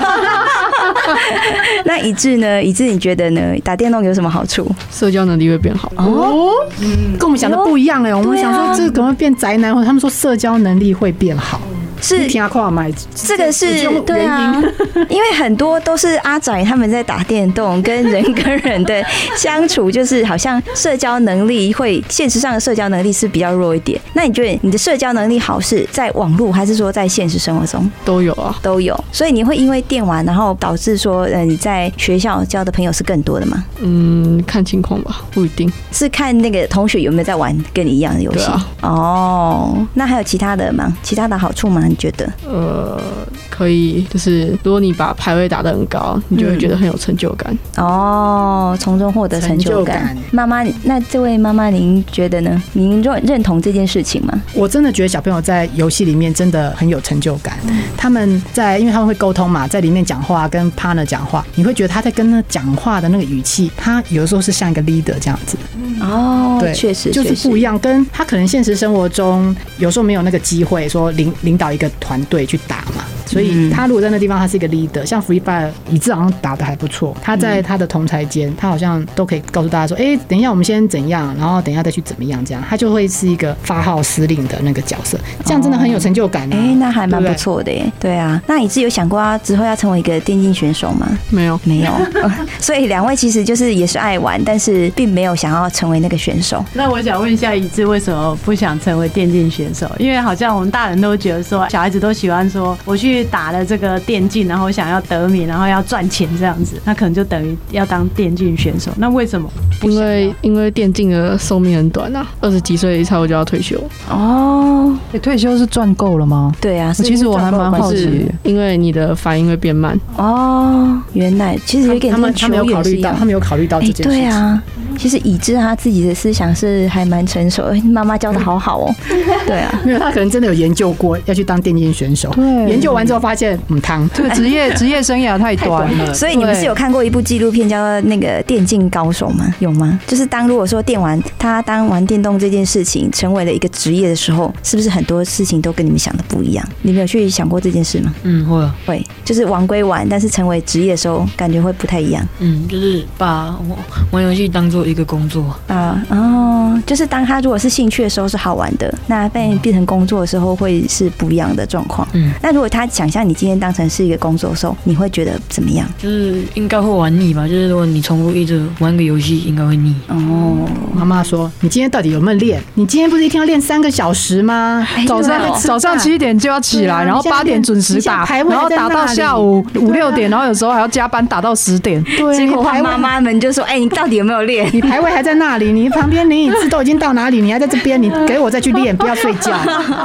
那一致呢？一致你觉得呢？打电动有什么好处？ 社交能力会变好哦，嗯，跟我们想的不一样哎、欸。我们想说这可能会变宅男，或者他们说社交能力会变好。 是听话买， 这个是对啊，因为很多都是阿宅他们在打电动，跟人跟人的相处，就是好像社交能力会，现实上的社交能力是比较弱一点。那你觉得你的社交能力好是在网络，还是说在现实生活中都有啊？ 都有。所以你会因为电玩，然后导致说，呃，你在学校交的朋友是更多的吗？ 嗯，看情况吧，不一定。 是看那个同学有没有在玩跟你一样的游戏。啊、哦，那还有其他的吗？其他的好处吗？你觉得？ 呃，可以，就是如果你把排位打得很高，你就会觉得很有成就感。 嗯、哦，从中获得成就感。妈妈，那这位妈妈，您觉得呢？您认认同这件事情吗？ 我真的觉得小朋友在游戏里面真的很有成就感。嗯、他们在，因为他们会沟通嘛，在里面讲话，跟 partner 讲话，你会觉得他在跟他讲话的那个语气，他有的时候是像一个 leader 这样子。 哦，对，确实就是不一样，跟他可能现实生活中有时候没有那个机会说领领导一个团队去打嘛，所以他如果在那地方他是一个 leader， 像 Free Fire 以致好像打得还不错，他在他的同才间，他好像都可以告诉大家说，哎、欸，等一下我们先怎样，然后等一下再去怎么样，这样他就会是一个发号施令的那个角色，这样真的很有成就感、啊。哎、 欸，那还蛮不错的耶。对啊，那你自己有想过要之后要成为一个电竞选手吗？ 没有， 没有。所以两位其实就是也是爱玩，但是并没有想要成为那个选手。 那我想问一下，一致为什么不想成为电竞选手？因为好像我们大人都觉得说，小孩子都喜欢说，我去打了这个电竞，然后想要得名，然后要赚钱这样子，那可能就等于要当电竞选手。那为什么不想要？ 因为因为电竞的寿命很短啊，二十几岁差不多就要退休。 哦， 你退休是赚够了吗？ 对啊， 其实我还蛮好奇， 因为你的反应会变慢。 哦，原来其实有点跟球员是一样， 他们有考虑到这件事情。 对啊，其实以知他自己的思想是还蛮成熟的，妈妈教的好好哦。对啊， 没有，他可能真的有研究过要去当电竞选手， 对， 研究完之后发现嗯汤， 这个职业职业生涯太短了。 所以你们是有看过一部纪录片叫做那个电竞高手吗？有吗？就是当如果说电玩他当玩电动这件事情成为了一个职业的时候，是不是很多事情都跟你们想的不一样？你们有去想过这件事吗？ 嗯，会啊， 会，就是玩归玩，但是成为职业的时候，感觉会不太一样。 嗯，就是把玩游戏当做一个工作啊。哦，就是当他如果是兴趣的时候是好玩的，那被变成工作的时候会是不一样的状况。嗯，那如果他想象你今天当成是一个工作的时候，你会觉得怎么样？ 就是应该会玩腻吧，就是如果你重复一直玩个游戏，应该会腻。 哦，妈妈说你今天到底有没有练？你今天不是一天要练三个小时吗？ 早上早上七点就要起来，然后八点准时打，然后打到下午五六点，然后有时候还要加班打到十点。 对，结果妈妈们就说：“哎，你到底有没有练？ 你排位还在那里，你旁边林颖智都已经到哪里，你还在这边，你给我再去练，不要睡觉。”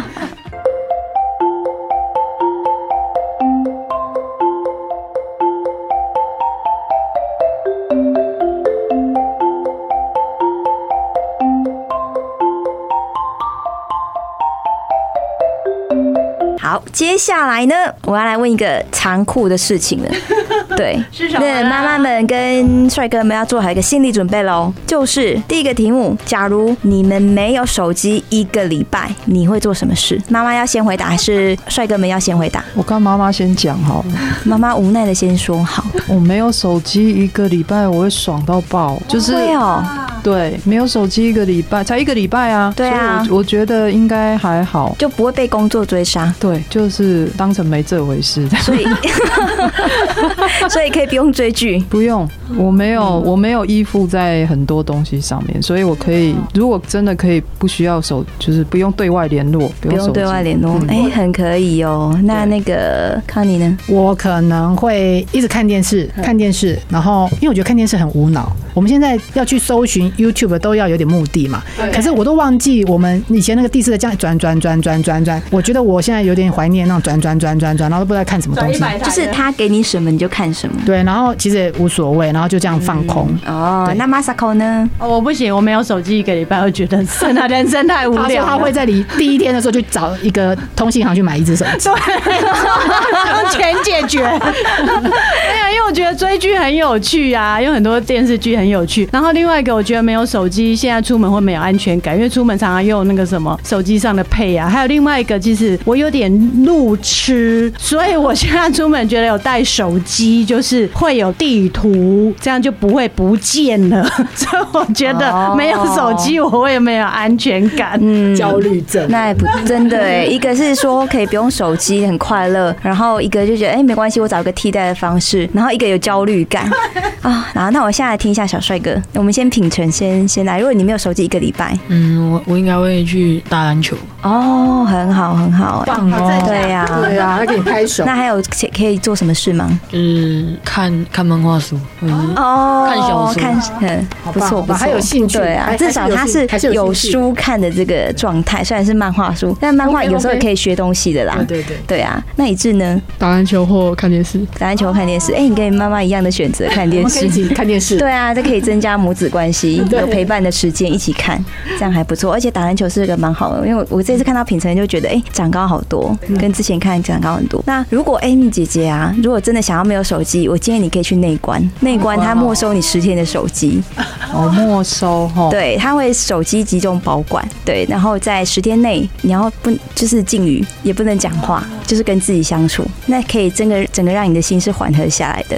好，接下来呢，我要来问一个残酷的事情了。对，那妈妈们跟帅哥们要做好一个心理准备喽。就是第一个题目，假如你们没有手机一个礼拜，你会做什么事？妈妈要先回答，还是帅哥们要先回答？ 我看妈妈先讲好了。 妈妈无奈的先说好。 我没有手机一个礼拜，我会爽到爆。就是会哦。 对，没有手机一个礼拜，才一个礼拜啊。 对啊， 我, 我觉得应该还好， 就不会被工作追杀。 对，就是当成没这回事。 所以，所以可以不用追剧， 不用。我没有，我没有依附在很多东西上面，所以我可以，如果真的可以不需要手，就是不用对外联络， 不用对外联络，哎、嗯欸，很可以哦。那那个康妮呢？ 我可能会一直看电视，看电视，然后因为我觉得看电视很无脑。我们现在要去搜寻 YouTube 都要有点目的嘛，可是我都忘记我们以前那个第四的这样转转转转转转，我觉得我现在有点怀念那种转转转转转，然后都不知道看什么东西， 就是他给你什么你就看什么。 对，然后其实也无所谓，然后就这样放空。 嗯、哦，那 Masako 呢？ 哦，我不行，我没有手机一个礼拜，我觉得真的人生太无聊了。 他说他会在你第一天的时候就找一个通信行去买一只手机， 对，用钱解决。对啊，因为我觉得追剧很有趣啊，有很多电视剧很有趣。然后另外一个，我觉得没有手机，现在出门会没有安全感，因为出门常常用那个什么手机上的配啊。还有另外一个，其实我有点路痴，所以我现在出门觉得有带手机，就是会有地图，这样就不会不见了。所以我觉得没有手机，我会没有安全感， 嗯， 焦虑症。 那也不真的哎，一个是说可以不用手机很快乐，然后一个就觉得哎、欸、没关系，我找一个替代的方式，然后一个有焦虑感啊。然后那我现在来听一下小帅哥，我们先品成先先来。如果你没有手机一个礼拜， 嗯，我我应该会去打篮球。 哦，很好很好， 棒哦， 对呀、啊、 对呀、啊，要给你拍手。 那还有可以做什么事吗？ 就是看看漫画书， 哦， 看小说， 看嗯不错不错， 还有兴趣， 对啊，至少他是有书看的这个状态，虽然是漫画书，但漫画有时候也可以学东西的啦。 对对对啊，那一致呢？ 打篮球或看电视。 打篮球看电视，哎、欸，你跟你妈妈一样的选择，看电视， 一起看电视。 对啊，这可以增加母子关系，有陪伴的时间一起看，这样还不错。而且打篮球是个蛮好的，因为我这次看到品成就觉得，哎、欸，长高好多，跟之前看长高很多。那如果 Amy 姐姐啊，如果真的想要没有手机，我建议你可以去内关，内关他没收你十天的手机。 哦，没收哈。 对，他会手机集中保管，对，然后在十天内你要不就是禁语，也不能讲话，就是跟自己相处，那可以整个整个让你的心是缓和下来的。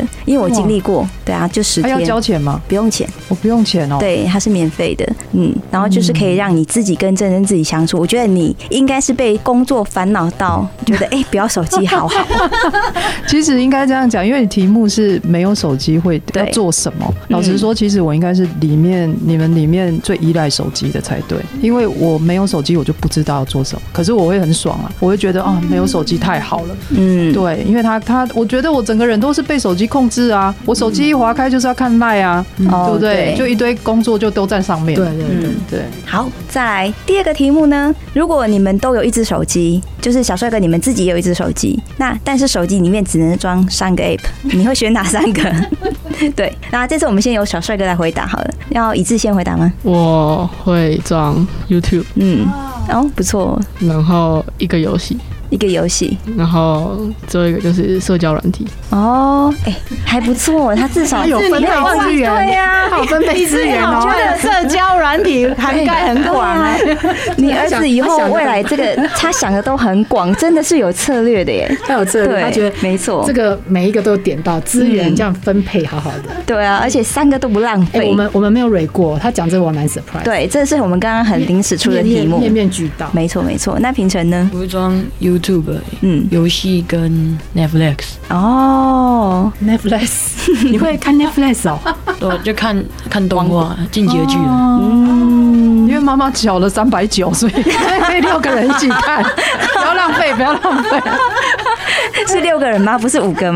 因为我经历过，对啊，就十天。 还要交钱吗？ 不用钱， 我不用钱哦。 对，它是免费的，嗯，然后就是可以让你自己跟真正自己相处。我觉得你应该是被工作烦恼到，觉得哎、欸，不要手机好好。 其实应该这样讲，因为题目是没有手机会要做什么。老实说，其实我应该是里面你们里面最依赖手机的才对，因为我没有手机，我就不知道要做什么。可是我会很爽啊，我会觉得啊，没有手机太好了。嗯，对，因为他他，我觉得我整个人都是被手机控制啊。我手机一划开就是要看 LINE 啊，嗯、对不对？就一堆工作就都在上面。 对对对、嗯、 对。好，再来第二个题目呢？如果你们都有一只手机，就是小帅哥你们自己也有一只手机，那但是手机里面只能装三个 app， 你会选哪三个？对，那这次我们先由小帅哥来回答好了，要一致先回答吗？ 我会装 YouTube， 嗯，哦，不错， 然后一个游戏。 一个游戏， 然后最后一个就是社交软体。 哦，哎、欸，还不错，他至少有分配资源， 对呀、啊， 他有分配资源哦。 我觉得社交软体涵盖很广哎、欸。 你儿子以后未来这个他想的都很广，真的是有策略的耶。 他有策略，他觉得没错， 这个每一个都有点到资源，这样分配好好的。 对啊，而且三个都不浪费。 欸、我们我们没有蕊过，他讲这个我蛮 surprise。 对，这是我们刚刚很临时出的题目， 面面俱到。 没错没错。那平成呢？ 我会装 YouTube， 嗯。游戏跟 Netflix 哦 ，Netflix， 你会看 Netflix 哦？ 我就看看动画，进击的巨人。 嗯，因为妈妈缴了三百九，所以可以六个人一起看，不要浪费，不要浪费。 是六个人吗？不是五个吗？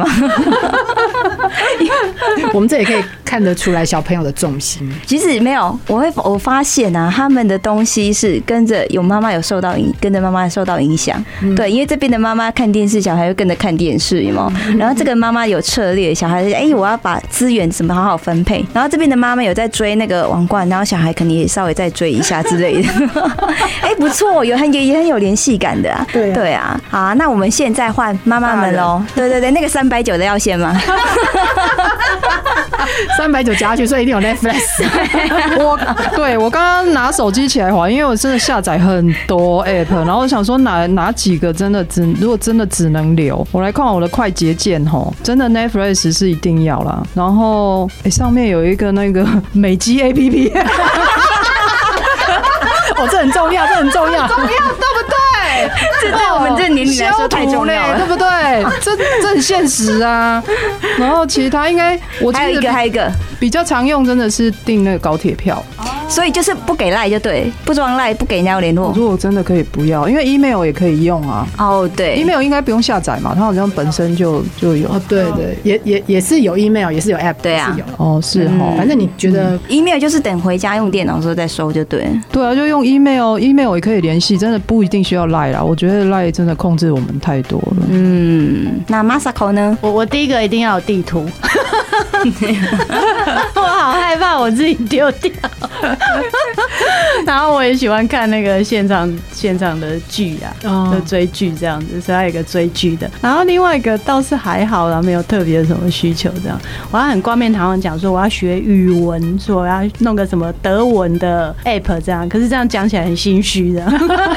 我们这也可以看得出来小朋友的重心。 其实没有，我会我发现啊，他们的东西是跟着有妈妈有受到影，跟着妈妈受到影响。嗯、对，因为这边的妈妈看电视，小孩会跟着看电视，有没有？嗯、然后这个妈妈有策略，小孩哎、欸，我要把资源怎么好好分配。然后这边的妈妈有在追那个王冠，然后小孩肯定也稍微再追一下之类的。哎、欸，不错，有很也也很有联系感的啊。 对啊， 对啊。好啊，那我们现在换妈妈们喽。对对对，那个三百九的要先吗？ 三百九加去，所以一定有 Netflix。 我对我刚刚拿手机起来滑，因为我真的下载很多 app， 然后我想说哪哪几个真的只如果真的只能留，我来看我的快捷键吼，真的 Netflix 是一定要啦。然后哎、欸，上面有一个那个美肌 A P P， 哦，这很重要，这很重要， 重要，对不对？ 这对我们这年龄来说太重要了， 对不对？这这很现实啊。然后其他应该我还有一个还有一个比较常用，真的是订那个高铁票。 所以就是不给 LINE 就对，不装 LINE 不给人家联络。 如果真的可以不要，因为 email 也可以用啊。 哦，对 ，email 应该不用下载嘛，它好像本身就就有。 哦，对对，也也也是有 email， 也是有 app， 对啊， 哦是哦、嗯， 反正你觉得 email 就是等回家用电脑的时候再收就对。 对啊，就用 email，email 也可以联系，真的不一定需要 LINE 啦。我觉得 LINE 真的控制我们太多了。 嗯，那 Masako 呢？ 我我第一个一定要有地图。我好害怕我自己丢掉。然后我也喜欢看那个现场现场的剧啊，哦、就追剧这样子，所以还有一个追剧的。然后另外一个倒是还好啦，没有特别什么需求这样。我要很冠冕堂皇讲说我要学语文，说我要弄个什么德文的 app 这样，可是这样讲起来很心虚的。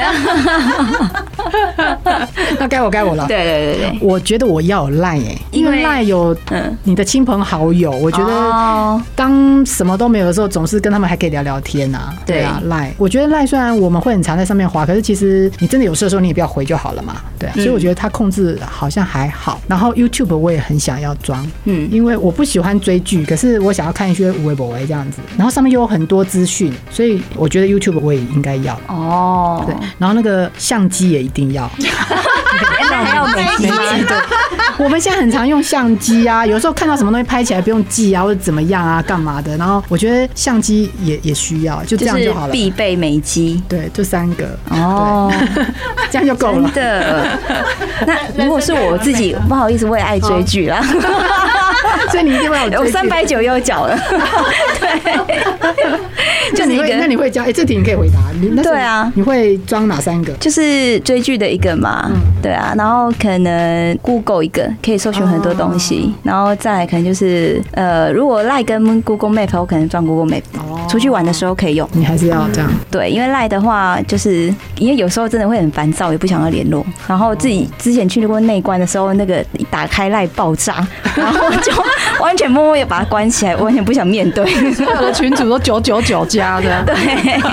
那该我该我了。 对对对对， 我觉得我要有 LINE 哎、欸，因为 LINE 有你的亲朋好友，我觉得当什么都没有的时候，总是跟他们还可以聊聊天啊。对啊 ，LINE， 我觉得 LINE 虽然我们会很常在上面滑，可是其实你真的有事的时候，你也不要回就好了嘛。对啊，所以我觉得它控制好像还好。然后 YouTube 我也很想要装，嗯，因为我不喜欢追剧，可是我想要看一些无微不微这样子，然后上面又有很多资讯，所以我觉得 YouTube 我也应该要。哦，对，然后那个相机也一定要。 还要美肌吗？ 对，我们现在很常用相机啊，有时候看到什么东西拍起来不用记啊，或者怎么样啊，干嘛的？然后我觉得相机也也需要，就这样就好了。 就是、必备美肌， 对，这三个哦， 这样就够了。 真的。那如果是我自己，不好意思，我也爱追剧啦。 所以你一定会有追剧。 我三百九又缴了。对。 就是一个，那你会教？哎、欸，这题你可以回答。你那对啊， 你会装哪三个？ 就是追剧的一个嘛，嗯、对啊，然后可能 Google 一个可以搜寻很多东西，哦、然后再来可能就是呃，如果 LINE 跟 Google Map， 我可能装 Google Map，、哦、 出去玩的时候可以用。 你还是要这样。 对，因为赖的话，就是因为有时候真的会很烦躁，也不想要联络。然后自己之前去过内关的时候，那个一打开赖爆炸，然后就完全默默也把它关起来，完全不想面对。 所有的群主都九九九加的。 对。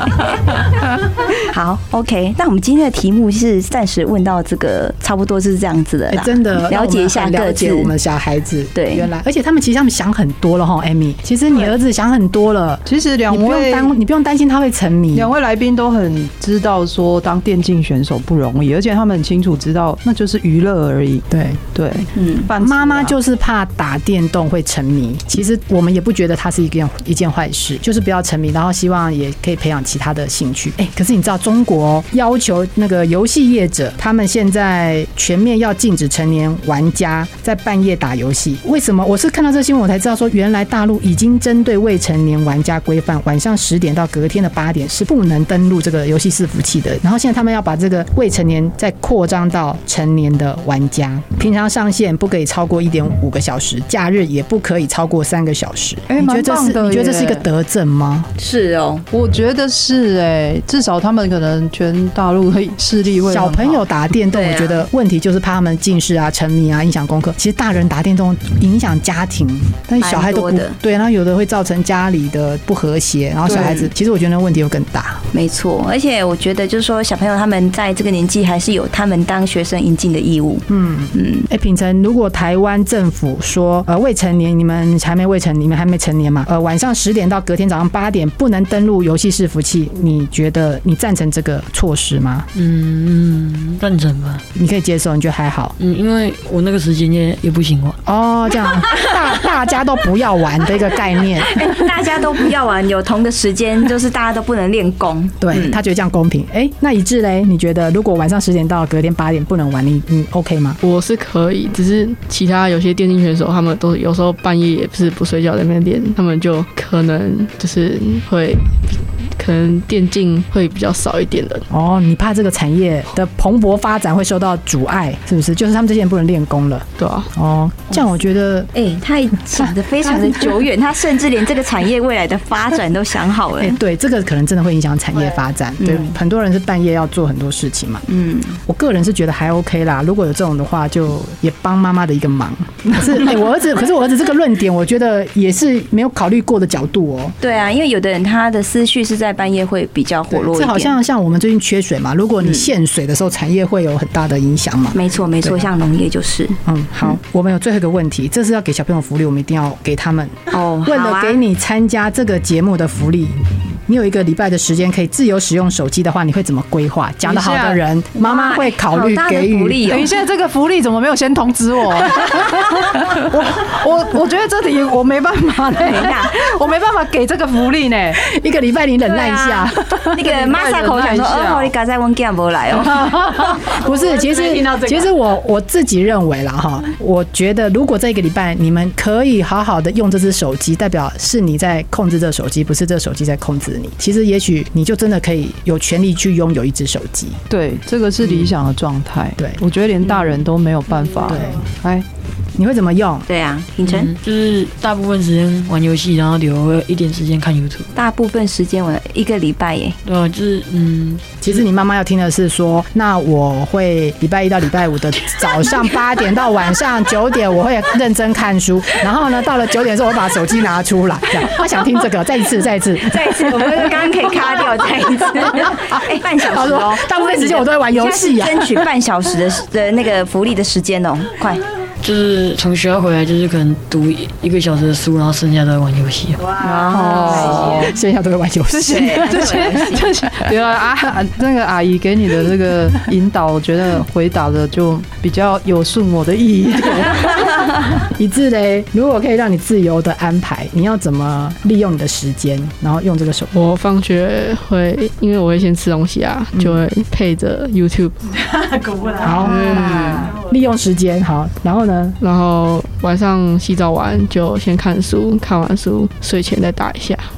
好 ，OK， 那我们今天的题目是暂时问到这个，差不多是这样子的啦。 欸、真的了解一下各自， 了解我们小孩子。 对， 原来，而且他们其实他们想很多了哈 ，Amy。其实你儿子想很多了。 其实两位你不用担，你不用担心他会沉迷。 两位来宾都很知道说当电竞选手不容易，而且他们很清楚知道那就是娱乐而已。 对对， 嗯， 妈妈就是怕打电动会沉迷。其实我们也不觉得它是一件一件坏事，就是不要沉迷，然后希望也可以培养其他的兴趣。哎、欸，可是你知道中国要求那个游戏业者，他们现在全面要禁止成年玩家在半夜打游戏。为什么？我是看到这新闻我才知道说，原来大陆已经针对未成年玩家规范，晚上十点到隔天的八点是不能登录这个游戏伺服器的。然后现在他们要把这个未成年再扩张到成年的玩家，平常上线不可以超过一点五个小时，假日也不可以超过三个小时。 哎、欸， 你觉得这是你觉得这是一个德政吗？ 是哦， 我觉得是哎、欸，至少他们可能全大陆的势力会。 小朋友打电动，我觉得问题就是怕他们近视啊、沉迷啊、影响功课。其实大人打电动影响家庭，但是小孩都不对，然后有的会造成家里的不和谐，然后小孩子其实我觉得那问题又更大。 没错，而且我觉得就是说小朋友他们在这个年纪还是有他们当学生应尽的义务。 嗯嗯，哎、欸，品成，如果台湾政府说呃未成年，你们还没未成，你们还没成年嘛？呃，晚上十点到隔天早上八点不能登录游戏伺服器，你觉得你赞成这个措施吗？ 嗯，赞成吧。 你可以接受？你觉得还好？ 嗯，因为我那个时间也也不行玩。 哦，这样大大家都不要玩的一个概念。 大家都不要玩，有同个时间，就是大家都不能练功。 对、嗯、他觉得这样公平。哎、欸，那一致嘞？你觉得如果晚上十点到隔天八点不能玩，你你 OK 吗？ 我是可以，只是其他有些电竞选手，他们都有时候半夜也不是不睡觉在那边练，他们就可能就是会。可能电竞会比较少一点的哦，你怕这个产业的蓬勃发展会受到阻碍，是不是？就是他们这些人不能练功了， 对啊。 哦，这样我觉得， 哎、欸，他想得非常的久远，他甚至连这个产业未来的发展都想好了。哎、 欸，对，这个可能真的会影响产业发展。对， 嗯、 很多人是半夜要做很多事情嘛。嗯，我个人是觉得还 OK 啦。如果有这种的话，就也帮妈妈的一个忙。可是，哎、欸，我儿子，可是我儿子这个论点，我觉得也是没有考虑过的角度哦。 对啊，因为有的人他的思绪是在半夜会比较活络一点。 这好像像我们最近缺水嘛，如果你限水的时候，产业会有很大的影响嘛。 没错没错，像农业就是。 嗯，好，嗯、我们有最后一个问题，这是要给小朋友福利，我们一定要给他们。 哦， 为了给你参加这个节目的福利。你有一个礼拜的时间可以自由使用手机的话，你会怎么规划？讲得好的人，妈妈会考虑给予。 等一下，这个福利怎么没有先通知我？我我我觉得这题我没办法呢，我没办法给这个福利呢。 一个礼拜你忍耐一下。 啊、那个马萨口想说，哦，你刚才问 Gam 不来哦。 不是，其实其实我我自己认为啦哈，我觉得如果这个礼拜你们可以好好的用这只手机，代表是你在控制这手机，不是这手机在控制。其实也许你就真的可以有权利去拥有一只手机。 对，这个是理想的状态。 对， 我觉得连大人都没有办法。 对， 哎， 你会怎么用？ 对啊，品成、嗯、 就是大部分时间玩游戏，然后留一点时间看 YouTube。 大部分时间玩一个礼拜耶。 对啊，就是嗯， 其实你妈妈要听的是说，那我会礼拜一到礼拜五的早上八点到晚上九点，我会认真看书。然后呢，到了九点的时候，我把手机拿出来。这样，她想听这个，再一次，再一次， 再一次，我们刚刚可以卡掉，再一次。哎、欸，半小时哦， 大部分时间我都在玩游戏啊。 争取半小时的的那个福利的时间哦，快。 就是从学校回来，就是可能读一个小时的书，然后剩下都在玩游戏。 哇哦，剩下都在玩游戏。 这些这些，对啊啊，那个阿姨给你的这个引导，我觉得回答的就比较有顺我的意一点。 一致嘞，如果可以让你自由的安排，你要怎么利用你的时间，然后用这个手机？ 我放学会，因为我会先吃东西啊，就会配着 YouTube。 好，嗯，利用时间好，然后呢？ 然后晚上洗澡完就先看书，看完书睡前再打一下。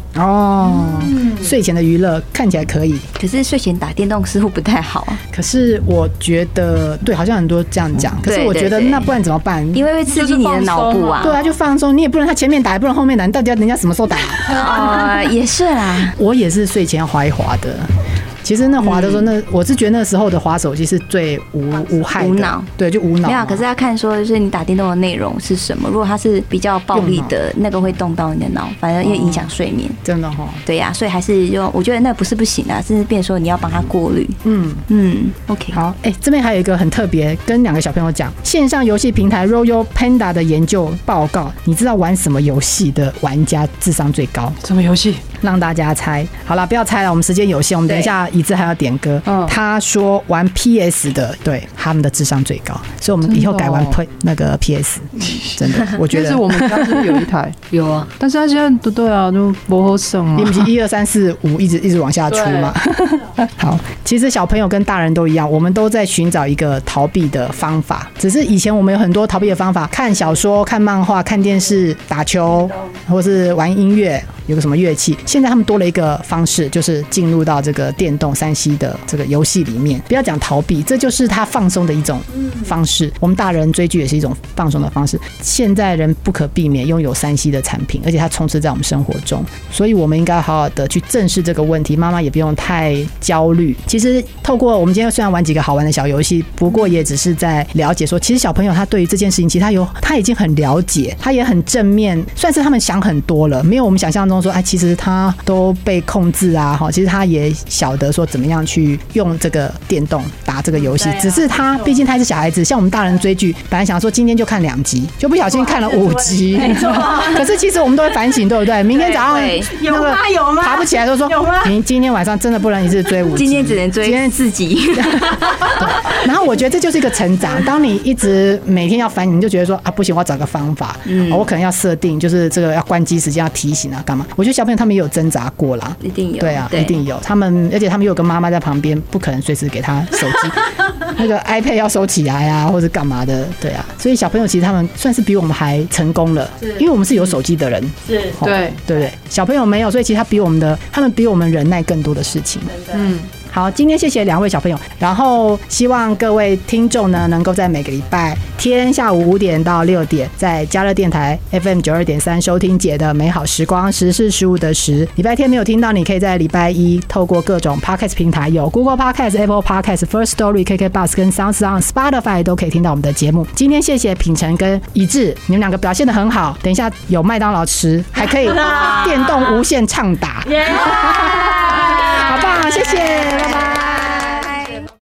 哦，睡前的娱乐看起来可以， 可是睡前打电动似乎不太好啊。 可是我觉得对，好像很多这样讲。可是我觉得那不然怎么办？ 因为会刺激你的脑部啊。 对啊，就放松，你也不能他前面打，也不能后面打，你到底要人家什么时候打？ 啊，也是啦。 我也是睡前要滑一滑的。其实那滑的时候，那我是觉得那时候的滑手机是最无无害的， 无脑， 对，就无脑。 没有，可是要看说就是你打电动的内容是什么。如果它是比较暴力的，那个会动到你的脑，反正因为影响睡眠。 真的哈。 对呀，所以还是就我觉得那不是不行啊，是变成说你要帮他过滤。嗯嗯 ，OK。 好，哎，这边还有一个很特别，跟两个小朋友讲，线上游戏平台 Royal Panda 的研究报告，你知道玩什么游戏的玩家智商最高？ 什么游戏？ 让大家猜。好了，不要猜了，我们时间有限，我们等一下一致还要点歌。嗯，他说玩 P S 的，对，他们的智商最高，所以我们以后改玩 P、哦、那个 P S。真的，我觉得。 但是我们家是有一台， 有啊， 但是他现在都对啊，就不好省啊。 你们是一二三四五一直一直往下出吗？好，其实小朋友跟大人都一样，我们都在寻找一个逃避的方法。只是以前我们有很多逃避的方法，看小说、看漫画、看电视、打球，或是玩音乐，有个什么乐器。现在他们多了一个方式，就是进入到这个电动三 C 的这个游戏里面。不要讲逃避，这就是他放松的一种方式。我们大人追剧也是一种放松的方式。现在人不可避免拥有三 C 的产品，而且它充斥在我们生活中，所以我们应该好好的去正视这个问题。妈妈也不用太焦虑。其实透过我们今天虽然玩几个好玩的小游戏，不过也只是在了解说，其实小朋友他对于这件事情，其实他有他已经很了解，他也很正面，算是他们想很多了，没有我们想象中说，哎，其实他都被控制啊，哈，其实他也晓得说怎么样去用这个电动打这个游戏，只是他毕竟他是小孩子，像我们大人追剧，本来想说今天就看两集，就不小心看了五集，可是其实我们都会反省，对不对？明天早上那个爬不起来，都说你今天晚上真的不能一次追五集， 今天只能追四集。 然后我觉得这就是一个成长，当你一直每天要反省，你就觉得说啊不行，我要找个方法，嗯，我可能要设定，就是这个要关机时间要提醒啊，干嘛？我觉得小朋友他们也有挣扎过啦， 一定有， 对啊，一定有。他们而且他们又有个妈妈在旁边，不可能随时给他手机，那个 iPad 要收起来啊，或者干嘛的，对啊。所以小朋友其实他们算是比我们还成功了，因为我们是有手机的人， 是， 对对对，小朋友没有，所以其实他比我们的，他们比我们忍耐更多的事情，嗯。好，今天谢谢两位小朋友，然后希望各位听众呢，能够在每个礼拜天下午五点到六点，在嘉乐电台 F M 九二点三收听姐的美好时光，时是十五的时。礼拜天没有听到，你可以在礼拜一透过各种 Podcast 平台，有 Google Podcast、Apple Podcast、First Story、K K Bus 跟 SoundOn、Spotify 都可以听到我们的节目。今天谢谢品成跟一致，你们两个表现得很好，等一下有麦当劳吃，还可以电动无线畅打。好棒，谢谢，拜拜。